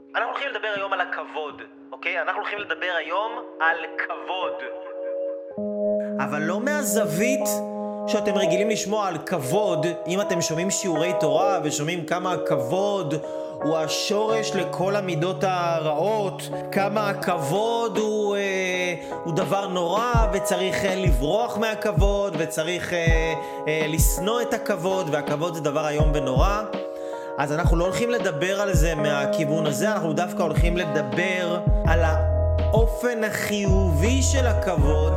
אנחנו הולכים לדבר היום על הכבוד, אוקיי? אנחנו הולכים לדבר היום על כבוד. אבל לא מהזווית שאתם רגילים לשמוע על כבוד. אם אתם שומעים שיעורי תורה ושומעים כמה הכבוד הוא השורש לכל המידות הרעות, כמה הכבוד הוא דבר נורא וצריך לברוח מהכבוד וצריך לשנוא את הכבוד, והכבוד זה דבר איום ונורא. אז אנחנו לא הולכים לדבר על זה מהכיוון הזה, אנחנו דווקא הולכים לדבר על האופן החיובי של הכבוד.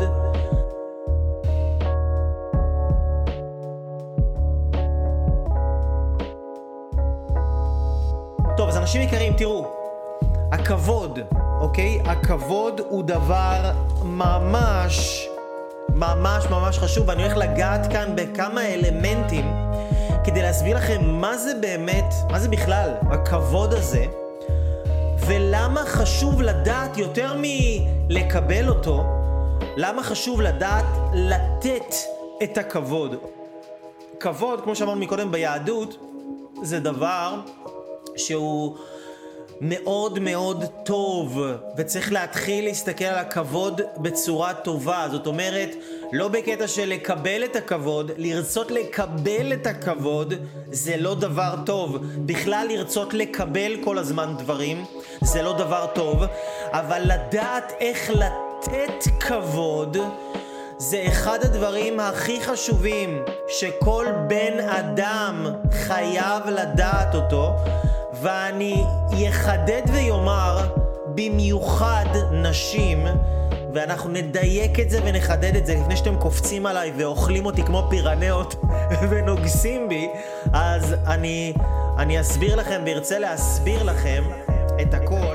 טוב, אז אנשים יקרים, תראו, הכבוד, אוקיי? הכבוד הוא דבר ממש חשוב, ואני הולך לגעת כאן בכמה אלמנטים כדי להסביר לכם מה זה באמת, מה זה בכלל הכבוד הזה, ולמה חשוב לדעת יותר מלקבל אותו, למה חשוב לדעת לתת את הכבוד. כבוד, כמו שאמרנו מקודם ביהדות, זה דבר שהוא מאוד מאוד טוב, וצריך להתחיל להסתכל על הכבוד בצורה טובה. זאת אומרת, לא בקטע של לקבל את הכבוד, לרצות לקבל את הכבוד זה לא דבר טוב. בכלל לרצות לקבל כל הזמן דברים זה לא דבר טוב, אבל לדעת איך לתת כבוד זה אחד הדברים הכי חשובים שכל בן אדם חייב לדעת אותו. ואני יחדד ויומר, במיוחד נשים, ואנחנו נדייק את זה ונחדד את זה לפני שאתם קופצים עליי ואוכלים אותי כמו פירניות ונוגסים בי. אז אני אסביר לכם וירצה להסביר לכם את הכל.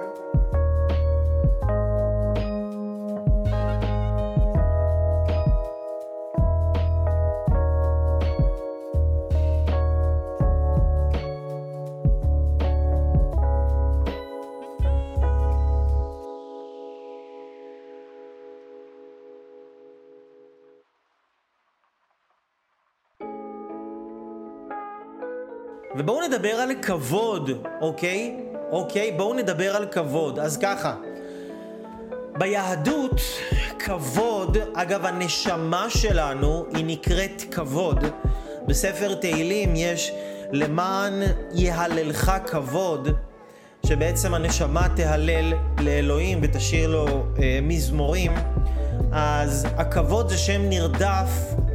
ובואו נדבר על כבוד, אוקיי? בואו נדבר על כבוד. אז ככה, ביהדות כבוד, אגב הנשמה שלנו היא נקראת כבוד. בספר תהילים יש למען יהללך כבוד, שבעצם הנשמה תהלל לאלוהים ותשאיר לו מזמורים. אז הכבוד זה שם נרדף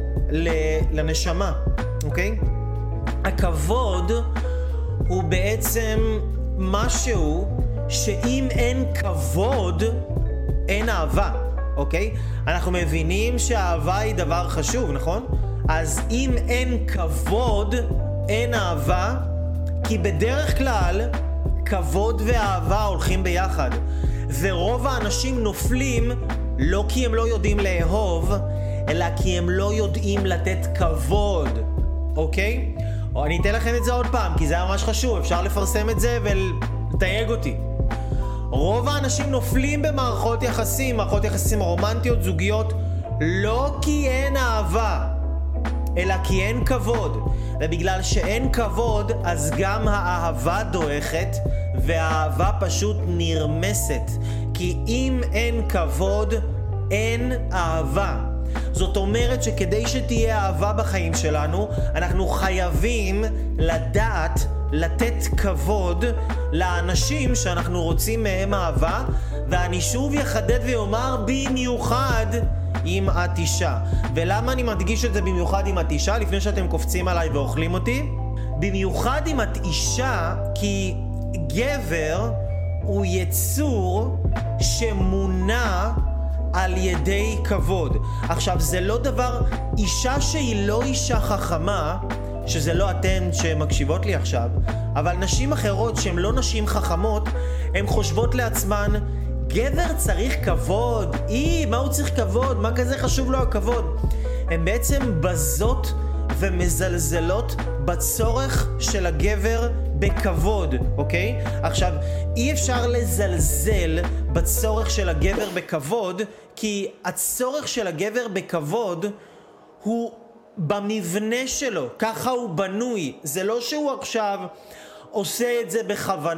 לנשמה, אוקיי? הכבוד הוא בעצם משהו שאם אין כבוד, אין אהבה, אוקיי? אנחנו מבינים שהאהבה היא דבר חשוב, נכון? אז אם אין כבוד, אין אהבה, כי בדרך כלל כבוד ואהבה הולכים ביחד. ורוב האנשים נופלים לא כי הם לא יודעים לאהוב, אלא כי הם לא יודעים לתת כבוד, אוקיי? או אני אתן לכם את זה עוד פעם, כי זה ממש חשוב, אפשר לפרסם את זה ולתייג אותי. רוב האנשים נופלים במערכות יחסים, מערכות יחסים רומנטיות, זוגיות, לא כי אין אהבה, אלא כי אין כבוד. ובגלל שאין כבוד, אז גם האהבה דועכת, והאהבה פשוט נרמסת. כי אם אין כבוד, אין אהבה. זאת אומרת שכדי שתהיה אהבה בחיים שלנו, אנחנו חייבים לדעת לתת כבוד לאנשים שאנחנו רוצים מהם אהבה. ואני שוב יחדד ויאמר, במיוחד אם את אישה. ולמה אני מדגיש את זה במיוחד אם את אישה, לפני שאתם קופצים עליי ואוכלים אותי? במיוחד אם את אישה, כי גבר הוא יצור שמונע על ידי כבוד. עכשיו, זה לא דבר, אישה שהיא לא אישה חכמה, שזה לא אתן שמקשיבות לי עכשיו, אבל נשים אחרות שהן לא נשים חכמות, הן חושבות לעצמן, גבר צריך כבוד, מה הוא צריך כבוד? מה כזה חשוב לו הכבוד? הן בעצם בזות ומזלזלות בצורך של הגבר בכבוד, אוקיי? עכשיו, אי אפשר לזלזל בצורך של הגבר בכבוד, כי הצורך של הגבר בכבוד הוא במבנה שלו, ככה הוא בנוי. זה לא שהוא עכשיו עושה את זה בכוונה.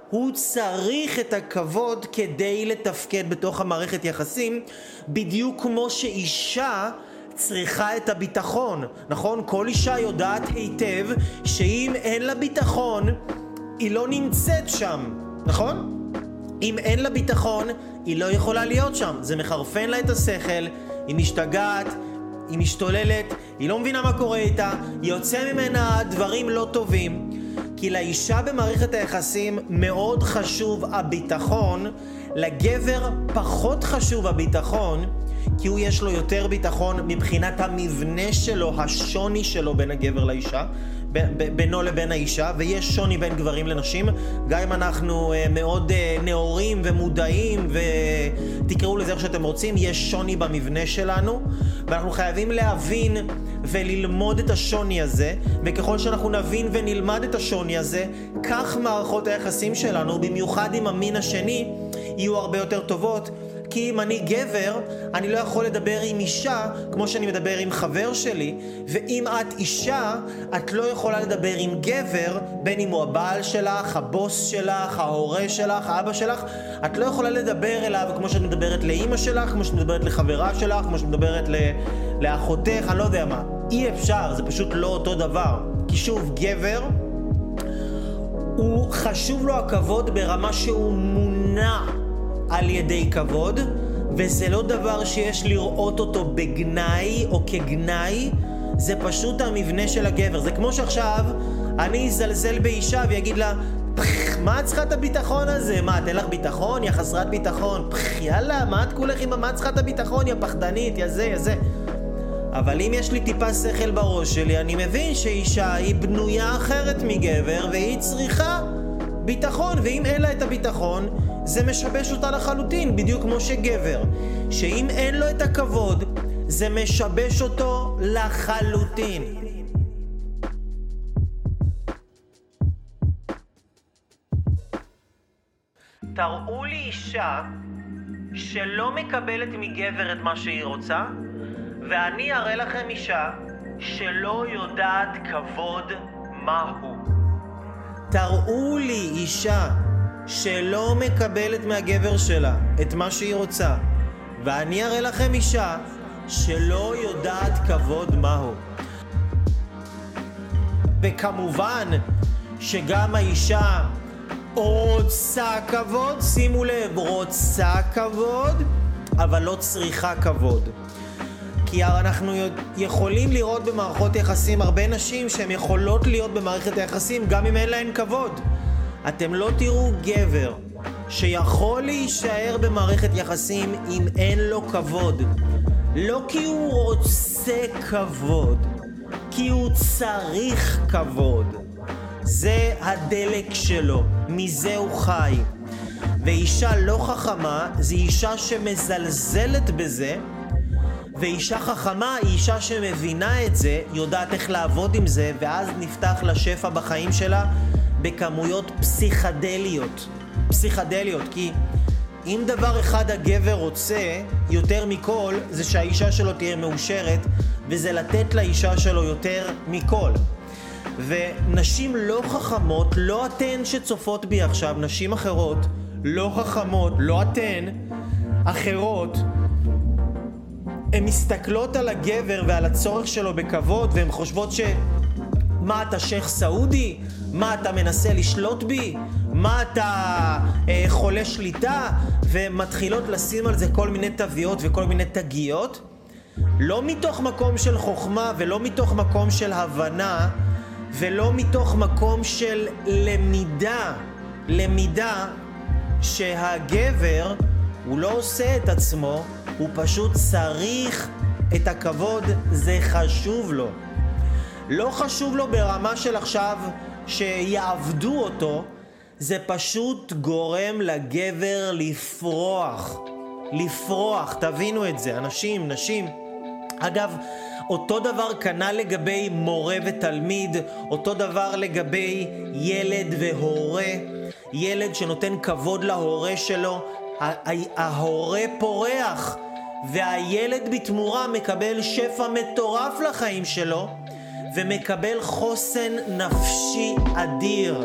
הוא צריך את הכבוד כדי לתפקד בתוך המערכת יחסים, בדיוק כמו שאישה צריכה את הביטחון, נכון? כל אישה יודעת היטב שאם אין לה ביטחון, היא לא נמצאת שם, נכון? אם אין לה ביטחון, היא לא יכולה להיות שם. זה מחרפן לה את השכל, היא משתגעת, היא משתוללת, היא לא מבינה מה קורה איתה, יוצא ממנה דברים לא טובים. כי לאישה במערכת היחסים מאוד חשוב הביטחון, לגבר פחות חשוב הביטחון, כי הוא יש לו יותר ביטחון מבחינת המבנה שלו, השוני שלו בין הגבר לאישה, בינו לבין האישה, ויש שוני בין גברים לנשים, גם אם אנחנו מאוד נאורים ומודעים ותקראו לזה איך שאתם רוצים, יש שוני במבנה שלנו, ואנחנו חייבים להבין וללמוד את השוני הזה, וככל שאנחנו נבין ונלמד את השוני הזה, כך מערכות היחסים שלנו, במיוחד עם המין השני, יהיו הרבה יותר טובות. כי אם אני גבר, אני לא יכול לדבר עם אישה כמו שאני מדבר עם חבר שלי, ואם את אישה, את לא יכולה לדבר עם גבר, בין אם הוא הבעל שלך, הבוס שלך, ההורה שלך, האבא שלך, את לא יכולה לדבר אליו כמו שאת מדברת לאמא שלך, כמו שאת מדברת לחברה שלך, כמו שאת מדברת לאחותך, אני לא יודע מה. אי אפשר, זה פשוט לא אותו דבר. כי שוב, גבר, הוא חשוב לו הכבוד ברמה שהוא מונע על ידי כבוד, וזה לא דבר שיש לראות אותו בגנאי או כגנאי, זה פשוט המבנה של הגבר. זה כמו שעכשיו אני אזלזל באישה ויגיד לה, מה את צריכה את הביטחון הזה? מה, תן לך ביטחון? יא חסרת ביטחון. יאללה, מה את כולך עם מה את צריכה את הביטחון? יא פחדנית, יא זה, יא זה. אבל אם יש לי טיפה שכל בראש שלי, אני מבין שאישה היא בנויה אחרת מגבר, והיא צריכה ביטחון, ואם אין לה את הביטחון, זה משבש אותה לחלוטין, בדיוק כמו שגבר, שאם אין לו את הכבוד, זה משבש אותו לחלוטין. תראו לי אישה שלא מקבלת מגבר את מה שהיא רוצה, ואני אראה לכם אישה שלא יודעת כבוד מהו. תראו לי אישה שלא מקבלת מהגבר שלה את מה שהיא רוצה, ואני אראה לכם אישה שלא יודעת כבוד מהו. וכמובן שגם האישה רוצה כבוד, שימו לב, רוצה כבוד, אבל לא צריכה כבוד. כי אנחנו יכולים לראות במערכות יחסים הרבה נשים שהן יכולות להיות במערכת היחסים גם אם אין להן כבוד. אתם לא תראו גבר שיכול להישאר במערכת יחסים אם אין לו כבוד. לא כי הוא רוצה כבוד, כי הוא צריך כבוד. זה הדלק שלו, מזה הוא חי. ואישה לא חכמה זה אישה שמזלזלת בזה, ואישה חכמה היא אישה שמבינה את זה, יודעת איך לעבוד עם זה, ואז נפתח לשפע בחיים שלה בכמויות פסיכדליות. כי אם דבר אחד הגבר רוצה יותר מכל, זה שהאישה שלו תהיה מאושרת, וזה לתת לאישה שלו יותר מכל. ונשים לא חכמות, לא אתן שצופות בי עכשיו, נשים אחרות, לא חכמות, לא אתן, אחרות, הן מסתכלות על הגבר ועל הצורך שלו בכבוד, והן חושבות מה אתה שייך סעודי? מה אתה מנסה לשלוט בי? מה אתה חולה שליטה? ומתחילות לשים על זה כל מיני תוויות וכל מיני תגיות, לא מתוך מקום של חוכמה ולא מתוך מקום של הבנה ולא מתוך מקום של למידה שהגבר הוא לא עושה את עצמו, הוא פשוט צריך את הכבוד, זה חשוב לו. לא חשוב לו ברמה של עכשיו שיעבדו אותו, זה פשוט גורם לגבר לפרוח, תבינו את זה, אנשים, נשים. אגב, אותו דבר כנ"ל לגבי מורה ותלמיד, אותו דבר לגבי ילד והורה. ילד שנותן כבוד להורה שלו, ההורה פורח, והילד בתמורה מקבל שפע מטורף לחיים שלו, ומקבל חוסן נפשי אדיר.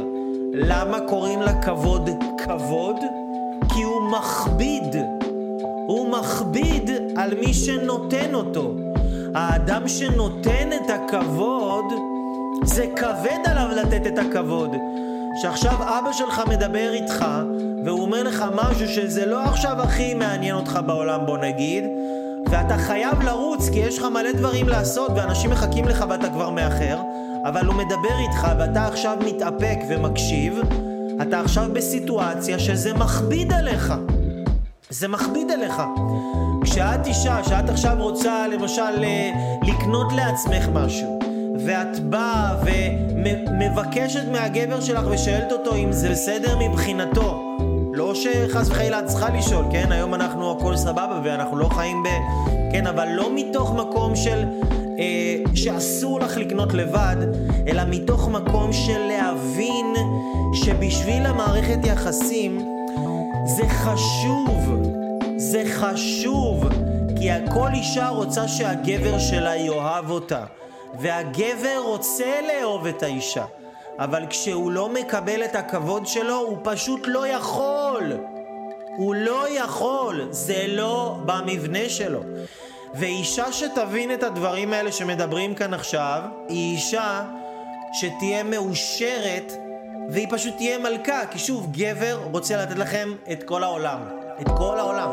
למה קוראים לכבוד כבוד? כי הוא מכביד. הוא מכביד על מי שנותן אותו. האדם שנותן את הכבוד, זה כבד עליו לתת את הכבוד. שעכשיו אבא שלך מדבר איתך, והוא אומר לך משהו שזה לא עכשיו הכי מעניין אותך בעולם, בוא נגיד, ואתה חייב לרוץ כי יש לך מלא דברים לעשות ואנשים מחכים לך ואתה כבר מאחר, אבל הוא מדבר איתך ואתה עכשיו מתאפק ומקשיב. אתה עכשיו בסיטואציה שזה מכביד עליך. זה מכביד עליך. כשאת אישה, שאת עכשיו רוצה למשל לקנות לעצמך משהו, ואת באה ומבקשת מהגבר שלך ושואלת אותו אם זה בסדר מבחינתו, לא שחס וחלילה את צריכה לשאול, כן? היום אנחנו הכל סבבה ואנחנו לא חיים כן, אבל לא מתוך מקום של שאסור לך לקנות לבד, אלא מתוך מקום של להבין שבשביל המערכת יחסים זה חשוב. זה חשוב, כי כל אישה רוצה שהגבר שלה יאהב אותה, והגבר רוצה לאהוב את האישה, אבל כשהוא לא מקבל את הכבוד שלו, הוא פשוט לא יכול. הוא לא יכול, זה לא במבנה שלו. ואישה שתבין את הדברים האלה שמדברים כאן עכשיו, היא אישה שתהיה מאושרת, והיא פשוט תהיה מלכה, כי שוב, גבר רוצה לתת לכם את כל העולם. את כל העולם.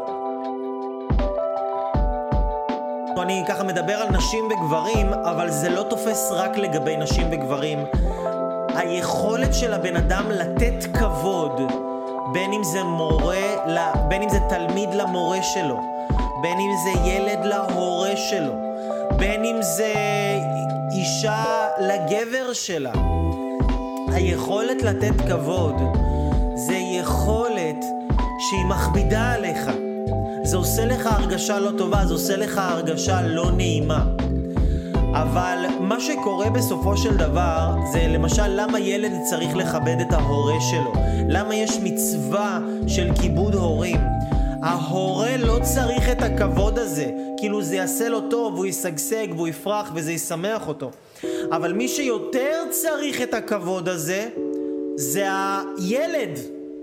אני ככה מדבר על נשים וגברים, אבל זה לא תופס רק לגבי נשים וגברים. היכולת של הבן אדם לתת כבוד, בין אם זה בין אם זה תלמיד למורה שלו, בין אם זה ילד להורה שלו, בין אם זה אישה לגבר שלה. היכולת לתת כבוד זה יכולת שהיא מכבידה עליך. זה עושה לך הרגשה לא טובה, זה עושה לך הרגשה לא נעימה. אבל מה שקורה בסופו של דבר זה למשל למה ילד צריך לכבד את ההורה שלו. למה יש מצווה של כיבוד הורים. ההורה לא צריך את הכבוד הזה, כאילו זה יעשה לו טוב, הוא ישגשג והוא יפרח וזה ישמח אותו. אבל מי שיותר צריך את הכבוד הזה זה הילד.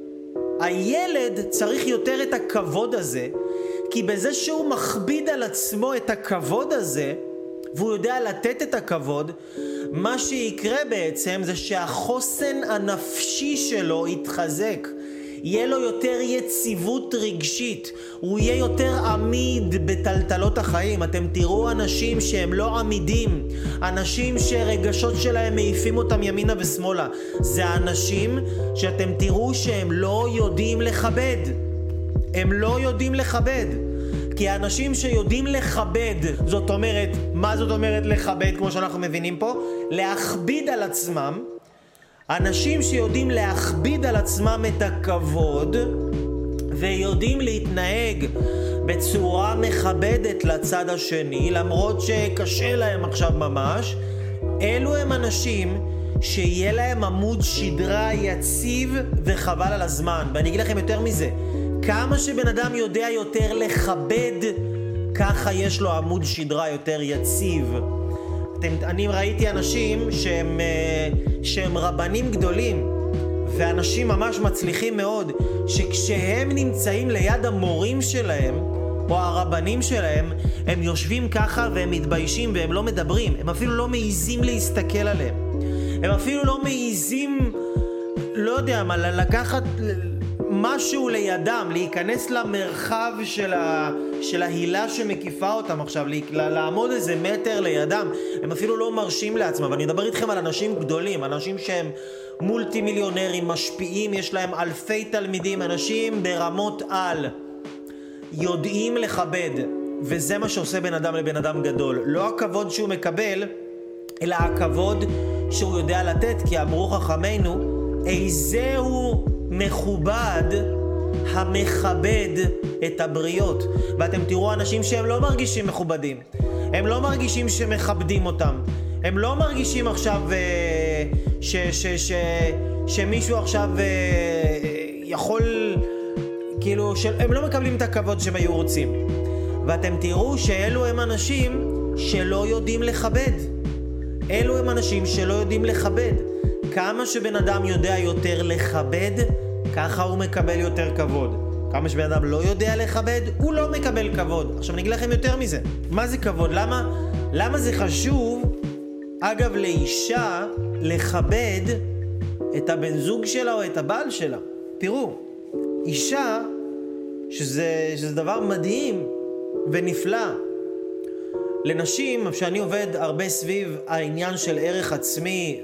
הילד צריך יותר את הכבוד הזה, כי בזה שהוא מכביד על עצמו את הכבוד הזה, והוא יודע לתת את הכבוד, מה שיקרה בעצם זה שהחוסן הנפשי שלו יתחזק. יהיה לו יותר יציבות רגשית, הוא יהיה יותר עמיד בטלטלות החיים. אתם תראו אנשים שהם לא עמידים, אנשים שרגשות שלהם מעיפים אותם ימינה ושמאלה. זה האנשים שאתם תראו שהם לא יודעים לכבד. הם לא יודעים לכבד. כי האנשים שיודעים לכבד, זאת אומרת, מה זאת אומרת לכבד כמו שאנחנו מבינים פה? להכביד על עצמם. אנשים שיודעים להכביד על עצמם את הכבוד ויודעים להתנהג בצורה מכבדת לצד השני, למרות שקשה להם עכשיו ממש, אלו הם אנשים שיהיה להם עמוד שדרה יציב וחבל על הזמן. ואני אגיד לכם יותר מזה, כמה שבן אדם יודע יותר לכבד, ככה יש לו עמוד שדרה יותר יציב. אני ראיתי אנשים שהם רבנים גדולים ואנשים ממש מצליחים מאוד, שכשהם נמצאים ליד המורים שלהם או הרבנים שלהם, הם יושבים ככה והם מתביישים והם לא מדברים. הם אפילו לא מעיזים להסתכל עליהם. הם אפילו לא מעיזים, לא יודע מה, לקחת משהו לידם, להיכנס למרחב של ההילה שמקיפה אותם עכשיו, לעמוד איזה מטר לידם. הם אפילו לא מרשים לעצמם. ואני אדבר איתכם על אנשים גדולים, אנשים שהם מולטי מיליונרים, משפיעים, יש להם אלפי תלמידים, אנשים ברמות על, יודעים לכבד. וזה מה שעושה בן אדם לבן אדם גדול. לא הכבוד שהוא מקבל, אלא הכבוד שהוא יודע לתת. כי אמרו חכמינו, איזהו מכובד המכבד את הבריות. ואתם תראו אנשים שהם לא מרגישים מכובדים, הם לא מרגישים שמכבדים אותם, הם לא מרגישים עכשיו שמישהו עכשיו יכול, כאילו הם לא מקבלים את הכבוד שהם היו רוצים. ואתם תראו שאלו הם אנשים שלא יודעים לכבד. אלו הם אנשים שלא יודעים לכבד. כמה שבן אדם יודע יותר לכבד, ככה הוא מקבל יותר כבוד. כמה שבן אדם לא יודע לכבד, הוא לא מקבל כבוד. עכשיו אני אגיד לכם יותר מזה. מה זה כבוד? למה זה חשוב, אגב, לאישה לכבד את הבן זוג שלה או את הבעל שלה? תראו, אישה, שזה דבר מדהים ונפלא. לנשים, שאני עובד הרבה סביב העניין של ערך עצמי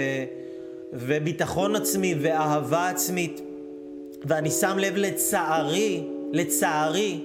וביטחון עצמי ואהבה עצמית, ואני שם לב לצערי,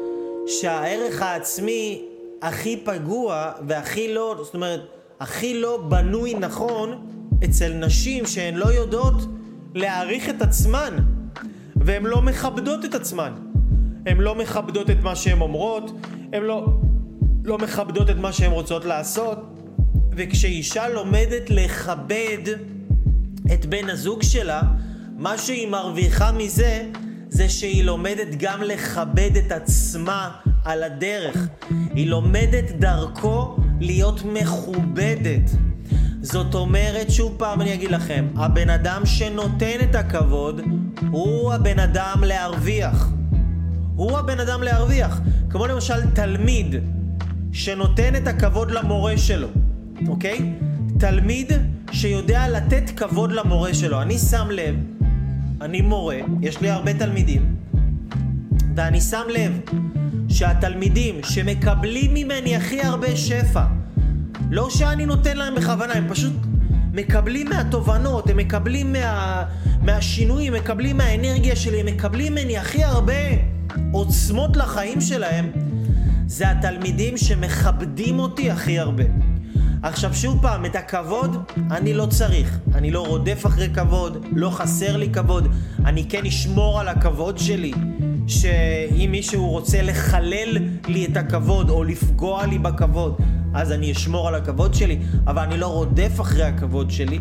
שהערך העצמי הכי פגוע והכי לא, זאת אומרת, הכי לא בנוי נכון אצל נשים שהן לא יודעות להעריך את עצמן, והן לא מכבדות את עצמן. הן לא מכבדות את מה שהן אומרות, הן לא מכבדות את מה שהן רוצות לעשות. וכשאישה לומדת לכבד את בן הזוג שלה, מה שהיא מרוויחה מזה זה שהיא לומדת גם לכבד את עצמה על הדרך. היא לומדת דרכו להיות מכובדת. זאת אומרת, שוב פעם אני אגיד לכם, הבן אדם שנותן את הכבוד הוא הבן אדם להרוויח. הוא הבן אדם להרוויח. כמו למשל תלמיד שנותן את הכבוד למורה שלו, אוקיי? תלמיד שיודע לתת כבוד למורה שלו. אני שם לב, אני מורה, יש לי הרבה תלמידים, ואני שם לב שהתלמידים שמקבלים ממני הכי הרבה שפע, לא שאני נותן להם בכוונה, הם פשוט מקבלים מהתובנות, הם מקבלים מהשינויים, מקבלים מהאנרגיה שלי, הם מקבלים ממני הכי הרבה עוצמות לחיים שלהם, זה התלמידים שמכבדים אותי הכי הרבה. עכשיו שוב פעם, את הכבוד אני לא צריך, אני לא רודף אחרי כבוד, לא חסר לי כבוד, אני כן אשמור על הכבוד שלי, שאם מישהו רוצה לחלל לי את הכבוד או לפגוע לי בכבוד, אז אני אשמור על הכבוד שלי, אבל אני לא רודף אחרי הכבוד שלי.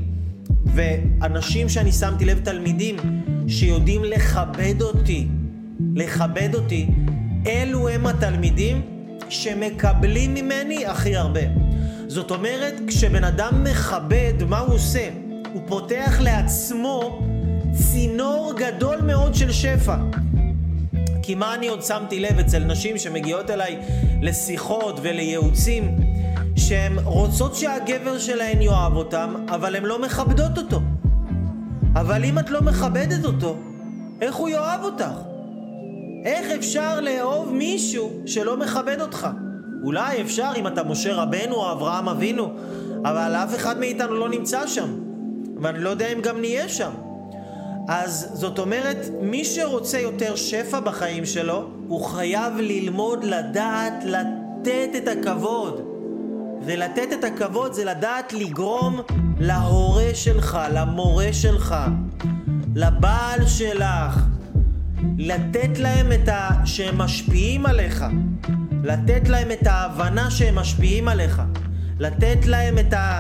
ואנשים שאני שמתי לב, תלמידים שיודעים לכבד אותי, אלו הם התלמידים שמקבלים ממני הכי הרבה. זאת אומרת, כשבן אדם מכבד, מה הוא עושה? הוא פותח לעצמו צינור גדול מאוד של שפע. כי מה אני עוד שמתי לב אצל נשים שמגיעות אליי לשיחות ולייעוצים, שהן רוצות שהגבר שלהן יאהב אותם, אבל הן לא מכבדות אותו. אבל אם את לא מכבדת אותו, איך הוא יאהב אותך? איך אפשר לאהוב מישהו שלא מכבד אותך? אולי אפשר אם אתה משה רבנו או אברהם אבינו, אבל אף אחד מאיתנו לא נמצא שם, ואני לא יודע אם גם נהיה שם. אז זאת אומרת, מי שרוצה יותר שפע בחיים שלו, הוא חייב ללמוד לדעת לתת את הכבוד. ולתת את הכבוד זה לדעת לגרום להורה שלך, למורה שלך, לבעל שלך, לתת להם שהם משפיעים עליך, לתת להם את ההבנה שהם משפיעים עליך, לתת להם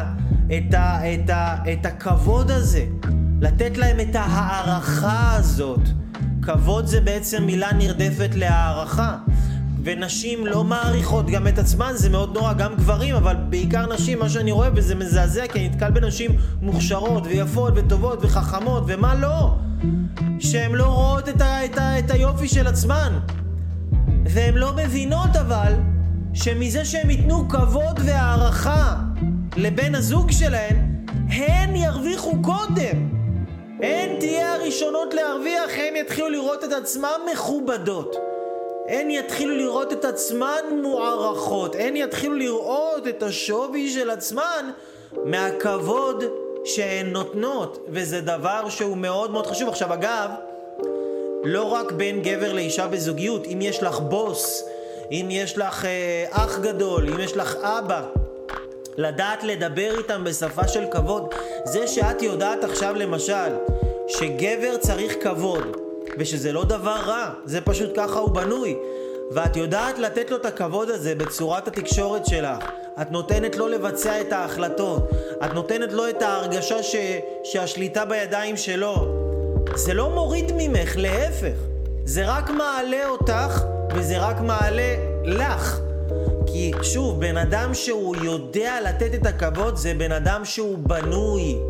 את הכבוד הזה, לתת להם את הערכה הזאת. כבוד זה בעצם מילה נרדפת להערכה, ונשים לא מעריכות גם את עצמן, זה מאוד נורא, גם גברים, אבל בעיקר נשים. מה שאני רואה וזה מזעזע, כי אני נתקל בנשים מוכשרות ויפות וטובות וחכמות ומה לא, שהן לא רואות את היופי של עצמן, והן לא מבינות אבל שמזה שהם ייתנו כבוד והערכה לבן הזוג שלהן, הן ירוויחו קודם, הן תהיה הראשונות להרוויח, הן יתחילו לראות את עצמן מכובדות, הן יתחילו לראות את עצמן מוערכות, הן יתחילו לראות את השווי של עצמן מהכבוד שהן נותנות, וזה דבר שהוא מאוד מאוד חשוב. עכשיו אגב, לא רק בין גבר לאישה בזוגיות, אם יש לך בוס, אם יש לך אח גדול, אם יש לך אבא, לדעת לדבר איתם בשפה של כבוד. זה שאת יודעת עכשיו למשל שגבר צריך כבוד, ושזה לא דבר רע, זה פשוט ככה הוא בנוי, ואת יודעת לתת לו את הכבוד הזה בצורת התקשורת שלך, את נותנת לו לבצע את ההחלטות, את נותנת לו את ההרגשה שהשליטה בידיים שלו, זה לא מוריד ממך, להפך, זה רק מעלה אותך, וזה רק מעלה לך. כי שוב, בן אדם שהוא יודע לתת את הכבוד, זה בן אדם שהוא בנוי.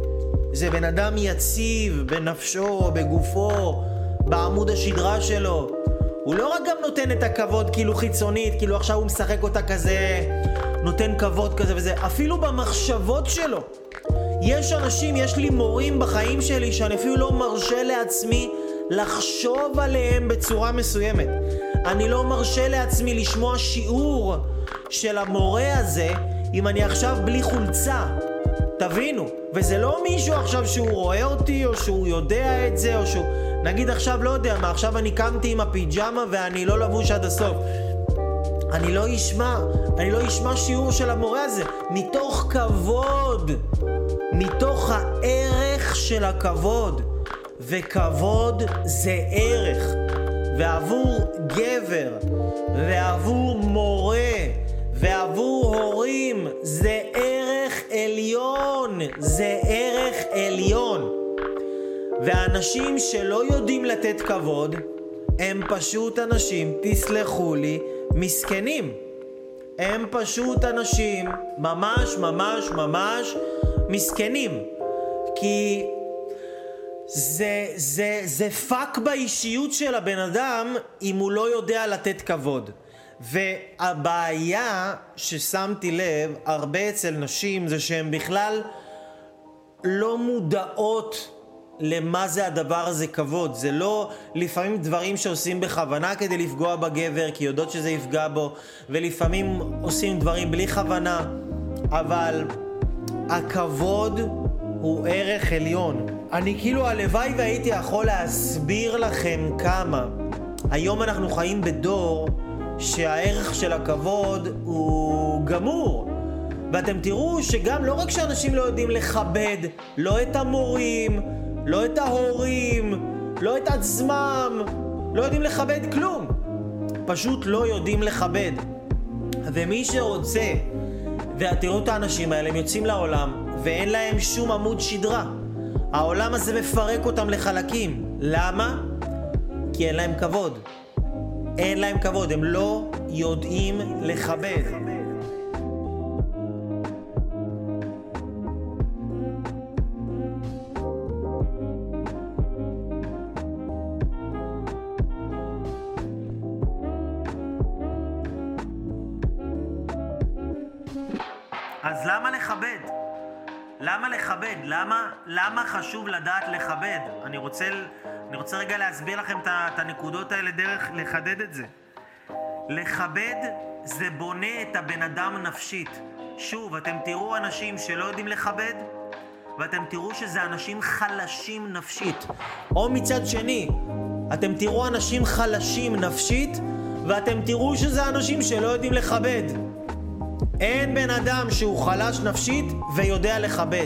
זה בן אדם יציב בנפשו, בגופו, בעמוד השדרה שלו. הוא לא רק גם נותן את הכבוד כאילו חיצונית, כאילו עכשיו הוא משחק אותה כזה, נותן כבוד כזה וזה, אפילו במחשבות שלו. יש אנשים, יש לי מורים בחיים שלי שאני אפילו לא מרשה לעצמי לחשוב עליהם בצורה מסוימת. אני לא מרשה לעצמי לשמוע שיעור של המורה הזה אם אני עכשיו בלי חולצה. תבינו, וזה לא מישהו עכשיו שהוא רואה אותי או שהוא יודע את זה או שהוא, נגיד עכשיו לא יודע מה, עכשיו אני קמתי עם הפיג'מה ואני לא לבוש עד הסוף. אני לא אשמע שיעור של המורה הזה מתוך כבוד, מתוך הערך של הכבוד. וכבוד זה ערך, ועבור גבר ועבור מורה ועבור הורים זה ערך עליון, זה ערך עליון. ואנשים שלא יודעים לתת כבוד הם פשוט אנשים, תסלחו לי, מסכנים. הם פשוט אנשים ממש ממש ממש מסכנים, כי זה פאק באישיות של הבן אדם אם הוא לא יודע לתת כבוד. והבעיה ששמתי לב הרבה אצל נשים זה שהן בכלל לא מודעות למה זה הדבר הזה כבוד. זה לא לפעמים דברים שעושים בכוונה כדי לפגוע בגבר כי יודעות שזה יפגע בו, ולפעמים עושים דברים בלי כוונה, אבל הכבוד הוא ערך עליון. אני כאילו הלוואי והייתי יכול להסביר לכם כמה. היום אנחנו חיים בדור שהערך של הכבוד הוא גמור. ואתם תראו שגם לא רק שאנשים לא יודעים לכבד, לא את המורים, לא את ההורים, לא את עצמם, לא יודעים לכבד כלום. פשוט לא יודעים לכבד. ומי שרוצה, ותראו את האנשים האלה, הם יוצאים לעולם ואין להם שום עמוד שדרה. העולם הזה מפרק אותם לחלקים. למה? כי אין להם כבוד. אין להם כבוד, הם לא יודעים לכבד. אז למה לכבד? למה לכבד? למה חשוב לדעת לכבד? אני רוצה רגע להסביר לכם את הנקודות האלה דרך לחדד את זה. לכבד זה בונה את הבן אדם נפשית. שוב, אתם תראו אנשים שלא יודעים לכבד, ואתם תראו שזה אנשים חלשים נפשית. או מצד שני, אתם תראו אנשים חלשים נפשית, ואתם תראו שזה אנשים שלא יודעים לכבד. אין בן אדם שהוא חלש נפשית ויודע לכבד.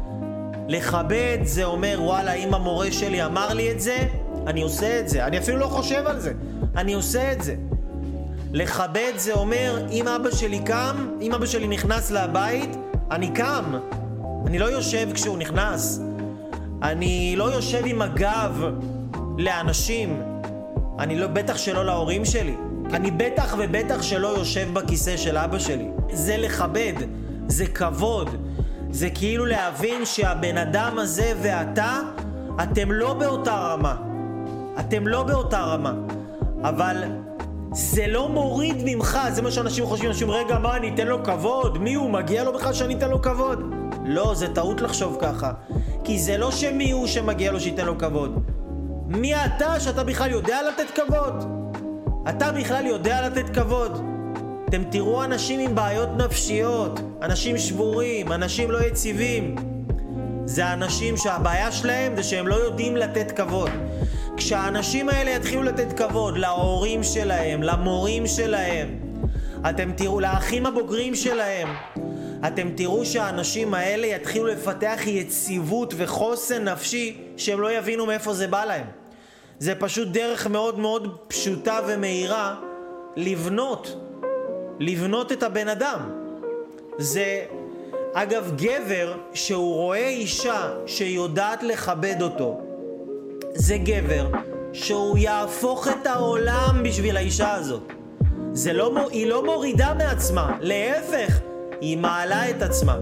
לכבד זה אומר, וואלה, אם המורה שלי אמר לי את זה, אני עושה את זה. אני אפילו לא חושב על זה, אני עושה את זה. לכבד זה אומר, אם אבא שלי קם, אם אבא שלי נכנס לבית, אני קם. אני לא יושב כשהוא נכנס. אני לא יושב עם הגב לאנשים. אני לא, בטח שלא להורים שלי. אני בטח ובטח שלא יושב בכיסא של אבא שלי. זה לכבד, זה כבוד. זה כאילו להבין שהבן אדם הזה ואתה, אתם לא באותה רמה. אתם לא באותה רמה. אבל זה לא מוריד ממך. זה מה שאנשים חושבים. אנשים, רגע, מה, אני אתן לו כבוד? מי הוא? מגיע לו בכלל שאני אתן לו כבוד? לא, זה טעות לחשוב ככה. כי זה לא שמי הוא שמגיע לו שייתן לו כבוד. מי אתה שאתה בכלל יודע לתת כבוד? אתה בכלל יודע לתת כבוד? אתם תראו אנשים עם בעיות נפשיות, אנשים שבורים, אנשים לא יציבים. זה אנשים שהבעיה שלהם זה שהם לא יודעים לתת כבוד. כשהאנשים האלה יתחילו לתת כבוד להורים שלהם, למורים שלהם, אתם תראו, לאחים הבוגרים שלהם, אתם תראו שהאנשים האלה יתחילו לפתח יציבות וחוסן נפשי שהם לא יבינו מאיפה זה בא להם. זה פשוט דרך מאוד מאוד פשוטה ומהירה לבנות את הבן אדם. זה, אגב, גבר שהוא רואה אישה שיודעת לכבד אותו, זה גבר שהוא יהפוך את העולם בשביל האישה הזאת. היא לא מורידה מעצמה, להפך, היא מעלה את עצמה. כי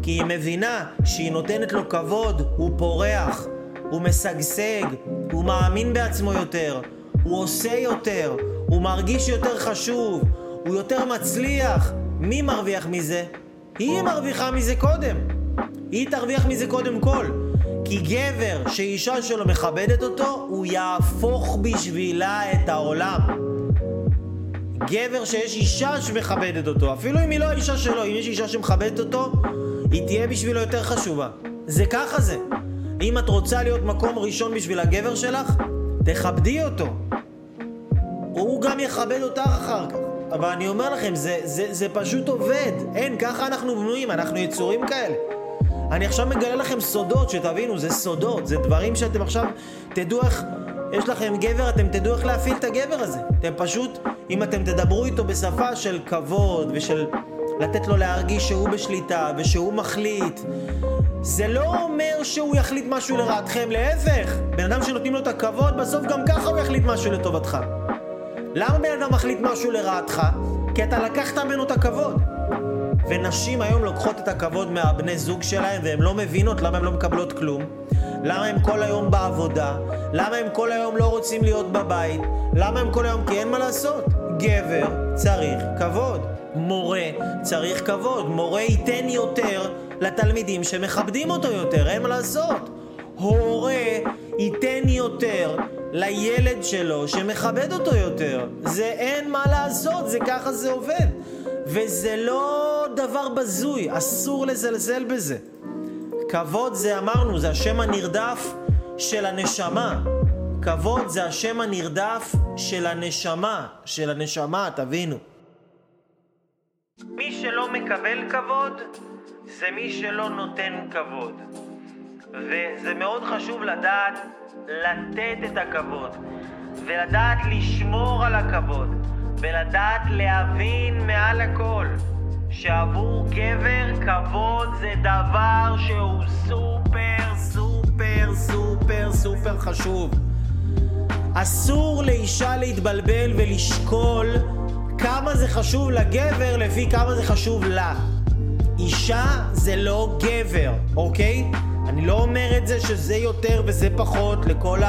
כי היא מבינה שהיא נותנת לו כבוד, הוא פורח, הוא משגשג, הוא מאמין בעצמו יותר, הוא עושה יותר, הוא מרגיש יותר חשוב, הוא יותר מצליח. מי מרוויח מזה? היא מרוויחה מזה קודם. היא תרוויח מזה קודם כל. כי גבר שאישה שלו מכבדת אותו, הוא יהפוך בשבילה את העולם. גבר שיש אישה שמכבדת אותו, אפילו אם היא לא האישה שלו, אם יש אישה שמכבדת אותו, היא תהיה בשבילו יותר חשובה. זה ככה זה. אם את רוצה להיות מקום ראשון בשביל הגבר שלך, תכבדי אותו. הוא גם יכבד אותך אחר כך. אבל אני אומר לכם, זה פשוט עובד. אין, ככה אנחנו בנויים, אנחנו יצורים כאלה. אני עכשיו מגלה לכם סודות, שתבינו, זה סודות, זה דברים שאתם עכשיו תדעו איך, יש לכם גבר, אתם תדעו איך להפעיל את הגבר הזה. אתם פשוט, אם אתם תדברו איתו בשפה של כבוד ושל לתת לו להרגיש שהוא בשליטה ושהוא מחליט, זה לא אומר שהוא יחליט משהו לרעתכם, להפך. בן אדם שנותנים לו את הכבוד, בסוף גם ככה הוא יחליט משהו לטובתך. למה בן אדם מחליט משהו לרעתך? כי אתה לקחת ממנו את הכבוד. ונשים היום לוקחות את הכבוד מהבני זוג שלהם, והן לא מבינות למה הן לא מקבלות כלום, למה הם כל היום בעבודה, למה הם כל היום לא רוצים להיות בבית, למה הם כל היום, כי אין מה לעשות. גבר צריך כבוד, מורה צריך כבוד, מורה ייתן יותר לתלמידים שמכבדים אותו יותר, אין מה לעשות. הורה ייתן יותר לילד שלו שמכבד אותו יותר, זה אין מה לעשות, זה ככה זה עובד. וזה לא דבר בזוי, אסור לזלזל בזה. כבוד זה, אמרנו, זה השם הנרדף של הנשמה. כבוד זה השם הנרדף של הנשמה, תבינו. מי שלא מקבל כבוד זה מי שלא נותן כבוד. וזה מאוד חשוב לדעת לתת את הכבוד, ולדעת לשמור על הכבוד, ולדעת להבין מעל הכל שעבור גבר כבוד זה דבר שהוא סופר סופר סופר סופר חשוב. אסור לאישה להתבלבל ולשקול כמה זה חשוב לגבר לפי כמה זה חשוב לה. אישה זה לא גבר, אוקיי? אני לא אומר את זה שזה יותר וזה פחות לכל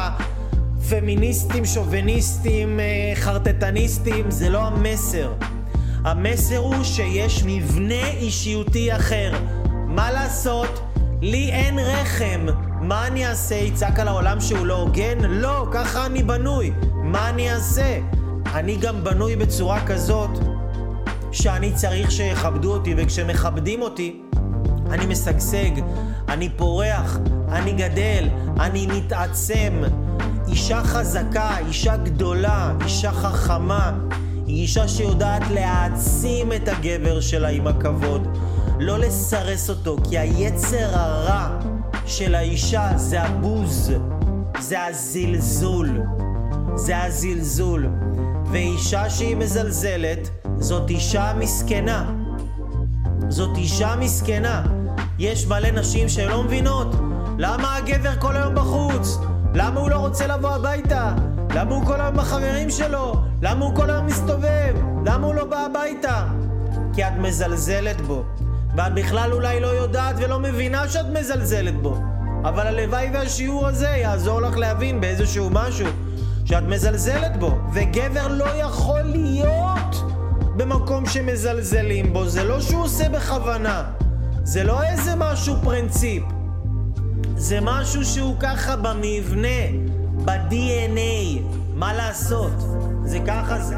הפמיניסטים, שוביניסטים, חרטטניסטים, זה לא המסר. המסר הוא שיש מבנה אישיותי אחר. מה לעשות? לי אין רחם. מה אני אעשה? יצעק על העולם שהוא לא הוגן? לא, ככה אני בנוי. מה אני אעשה? אני גם בנוי בצורה כזאת שאני צריך שיכבדו אותי, וכשמכבדים אותי אני משגשג, אני פורח, אני גדל, אני מתעצם. אישה חזקה, אישה גדולה, אישה חכמה, היא אישה שיודעת להעצים את הגבר שלה עם הכבוד, לא לסרס אותו, כי היצר הרע של האישה זה הבוז, זה הזלזול, זה הזלזול. ואישה שהיא מזלזלת זאת אישה מסכנה, זאת אישה מסכנה. יש מלא נשים שלא מבינות למה הגבר כל היום בחוץ, למה הוא לא רוצה לבוא הביתה, למה הוא כל היום בחברים שלו, למה הוא כל היום מסתובב, למה הוא לא בא הביתה. כי את מזלזלת בו, ואת בכלל אולי לא יודעת ולא מבינה שאת מזלזלת בו, אבל הלוואי והשיעור הזה יעזור לך להבין באיזשהו משהו שאת מזלזלת בו. וגבר לא יכול להיות במקום שמזלזלים בו, זה לא שהוא עושה בכוונה, זה לא איזה משהו פרינציפ, זה משהו שהוא ככה במבנה, ב-DNA. מה לעשות? זה ככה זה.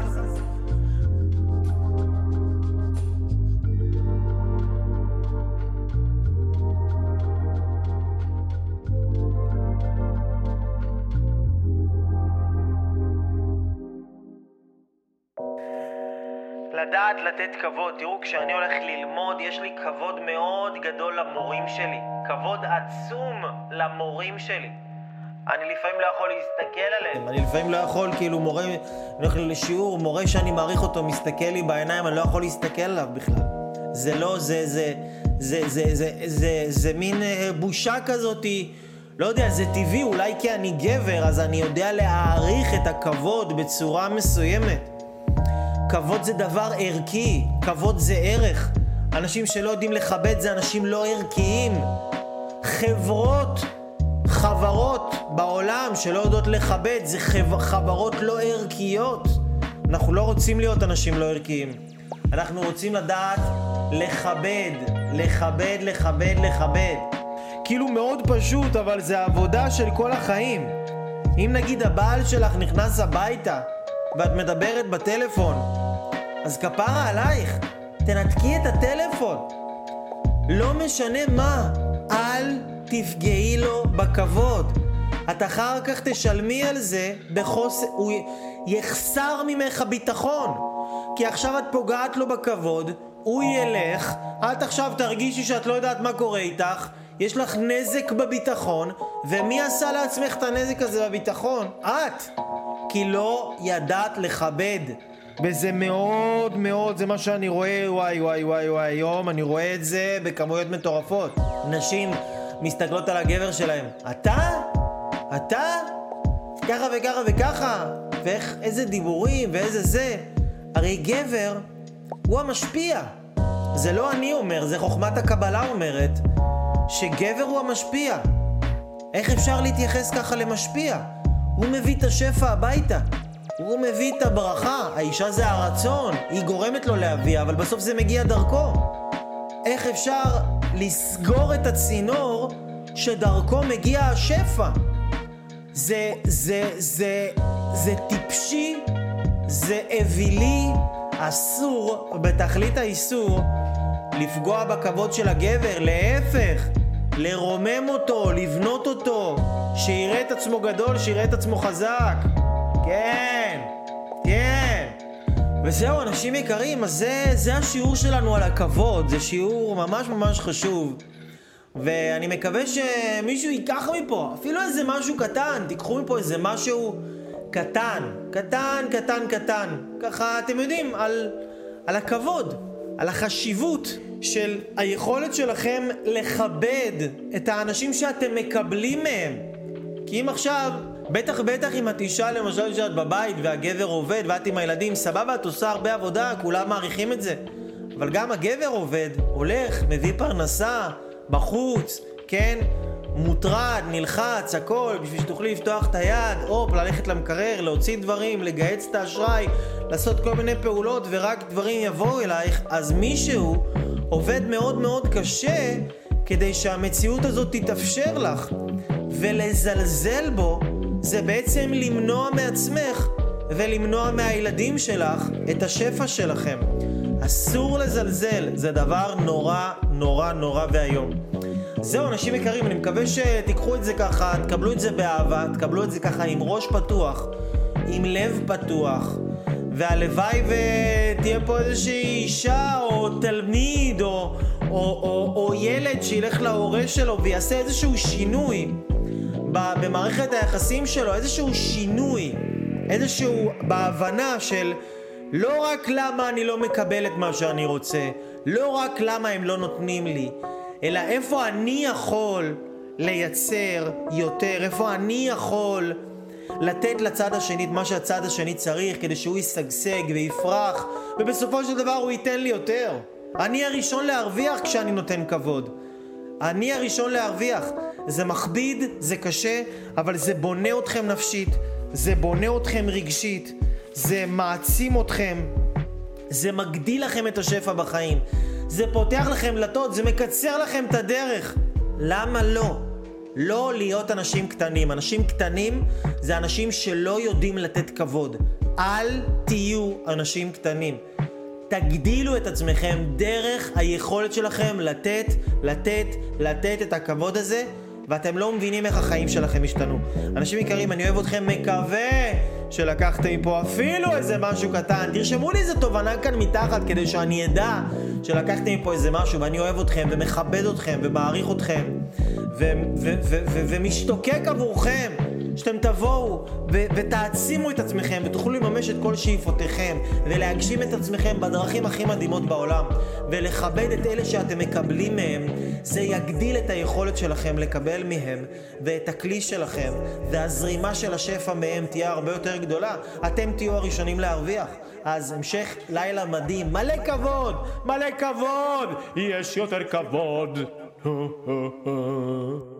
לדעת לתת כבוד. תראו, כשאני הולך ללמוד יש לי כבוד מאוד גדול למורים שלי, כבוד עצום למורים שלי. אני לפעמים לא יכול להסתכל עליהם, אני לפעמים לא יכול, כאילו מורה, אני הולך לשיעור, מורה שאני מעריך אותו מסתכל לי בעיניים, אני לא יכול להסתכל עליו בכלל. זה לא, זה מין בושה כזאת, לא יודע, זה טבעי, אולי כי אני גבר אז אני יודע להעריך את הכבוד בצורה מסוימת. כבוד זה דבר ערכי, כבוד זה ערך. אנשים שלא יודעים לכבד זה אנשים לא ערכיים. חברות בעולם שלא יודעות לכבד זה חברות לא ערכיות. אנחנו לא רוצים להיות אנשים לא ערכיים. אנחנו רוצים לדעת לכבד. כאילו מאוד פשוט, אבל זה עבודה של כל החיים. אם נגיד הבעל שלך נכנס הביתה ואת מדברת בטלפון, אז כפרה עלייך, תנתקי את הטלפון. לא משנה מה, אל תפגעי לו בכבוד. את אחר כך תשלמי על זה הוא יחסר ממך ביטחון. כי עכשיו את פוגעת לו בכבוד, הוא ילך, את עכשיו תרגישי שאת לא יודעת מה קורה איתך, יש לך נזק בביטחון, ומי עשה לעצמך את הנזק הזה בביטחון? את. כי לא ידעת לכבד. וזה מאוד מאוד, זה מה שאני רואה, וואי, היום אני רואה את זה בכמויות מטורפות. נשים מסתכלות על הגבר שלהם. אתה? ככה וככה. איזה דיבורים ואיזה זה. הרי גבר הוא המשפיע. זה לא אני אומר, זה חוכמת הקבלה אומרת שגבר הוא המשפיע. איך אפשר להתייחס ככה למשפיע? הוא מביא את השפע הביתה. הוא מביא את הברכה. האישה זה הרצון. היא גורמת לו להביא, אבל בסוף זה מגיע דרכו. איך אפשר לסגור את הצינור שדרכו מגיע השפע? זה טיפשי, זה אווילי, אסור בתכלית האיסור לפגוע בכבוד של הגבר, להפך, לרומם אותו, לבנות אותו, שיראה את עצמו גדול, שיראה את עצמו חזק. כן. וזהו, אנשים יקרים, אז זה השיעור שלנו על הכבוד, זה שיעור ממש ממש חשוב. ואני מקווה שמישהו ייקח מפה, אפילו איזה משהו קטן, תיקחו מפה איזה משהו קטן. ככה, אתם יודעים, על הכבוד, על החשיבות של היכולת שלכם לכבד את האנשים שאתם מקבלים מהם. כי אם עכשיו, בטח אם את אישה למשל שאת בבית והגבר עובד ואת עם הילדים, סבבה, את עושה הרבה עבודה, כולם מעריכים את זה. אבל גם הגבר עובד, הולך, מביא פרנסה, בחוץ, כן? מוטרד, נלחץ, הכל, בשביל שתוכלי לפתוח את היד, ללכת למקרר, להוציא דברים, לגייץ את האשראי, לעשות כל מיני פעולות ורק דברים יבואו אלייך. אז מישהו עובד מאוד מאוד קשה כדי שהמציאות הזאת תתאפשר לך. ולזלזל בו זה בעצם למנוע מעצמך ולמנוע מהילדים שלך את השפע שלכם. אסור לזלזל, זה דבר נורא והיום. זהו, אנשים יקרים, אני מקווה שתיקחו את זה ככה, תקבלו את זה באהבה, תקבלו את זה ככה עם ראש פתוח, עם לב פתוח, והלוואי ותהיה פה איזושהי אישה או תלמיד או ילד שילך להורה שלו ויעשה איזשהו שינוי במערכת היחסים שלו, איזשהו שינוי, איזשהו בהבנה של לא רק למה אני לא מקבל את מה שאני רוצה, לא רק למה הם לא נותנים לי, אלא איפה אני יכול לייצר יותר, איפה אני יכול לתת לצד השני את מה שהצד השני צריך כדי שהוא ישגשג ויפרח, ובסופו של דבר הוא ייתן לי יותר. אני הראשון להרוויח כשאני נותן כבוד. אני הראשון להרוויח. זה מכביד, זה קשה, אבל זה בונה אתכם נפשית, זה בונה אתכם רגשית, זה מעצים אתכם, זה מגדיל לכם את השפע בחיים, זה פותח לכם דלתות, זה מקצר לכם את הדרך. למה לא? לא להיות אנשים קטנים. אנשים קטנים זה אנשים שלא יודעים לתת כבוד. אל תהיו אנשים קטנים. תגדילו את עצמכם דרך היכולת שלכם לתת את הכבוד הזה, ואתם לא מבינים איך החיים שלכם השתנו. אנשים יקרים, אני אוהב אתכם, מקווה שלקחתם מפה אפילו איזה משהו קטן. תרשמו לי איזה תובנה כאן מתחת כדי שאני אדע שלקחתם מפה איזה משהו, ואני אוהב אתכם ומכבד אתכם ומעריך אתכם ומשתוקק עבורכם שאתם תבואו ותעצימו את עצמכם ותוכלו לממש את כל שאיפותיכם ולהגשים את עצמכם בדרכים הכי מדהימות בעולם ולכבד את אלה שאתם מקבלים מהם. זה יגדיל את היכולת שלכם לקבל מהם, ואת הכלי שלכם והזרימה של השפע מהם תהיה הרבה יותר גדולה. אתם תהיו הראשונים להרוויח. אז המשך לילה מדהים, מלא כבוד, מלא כבוד, יש יותר כבוד.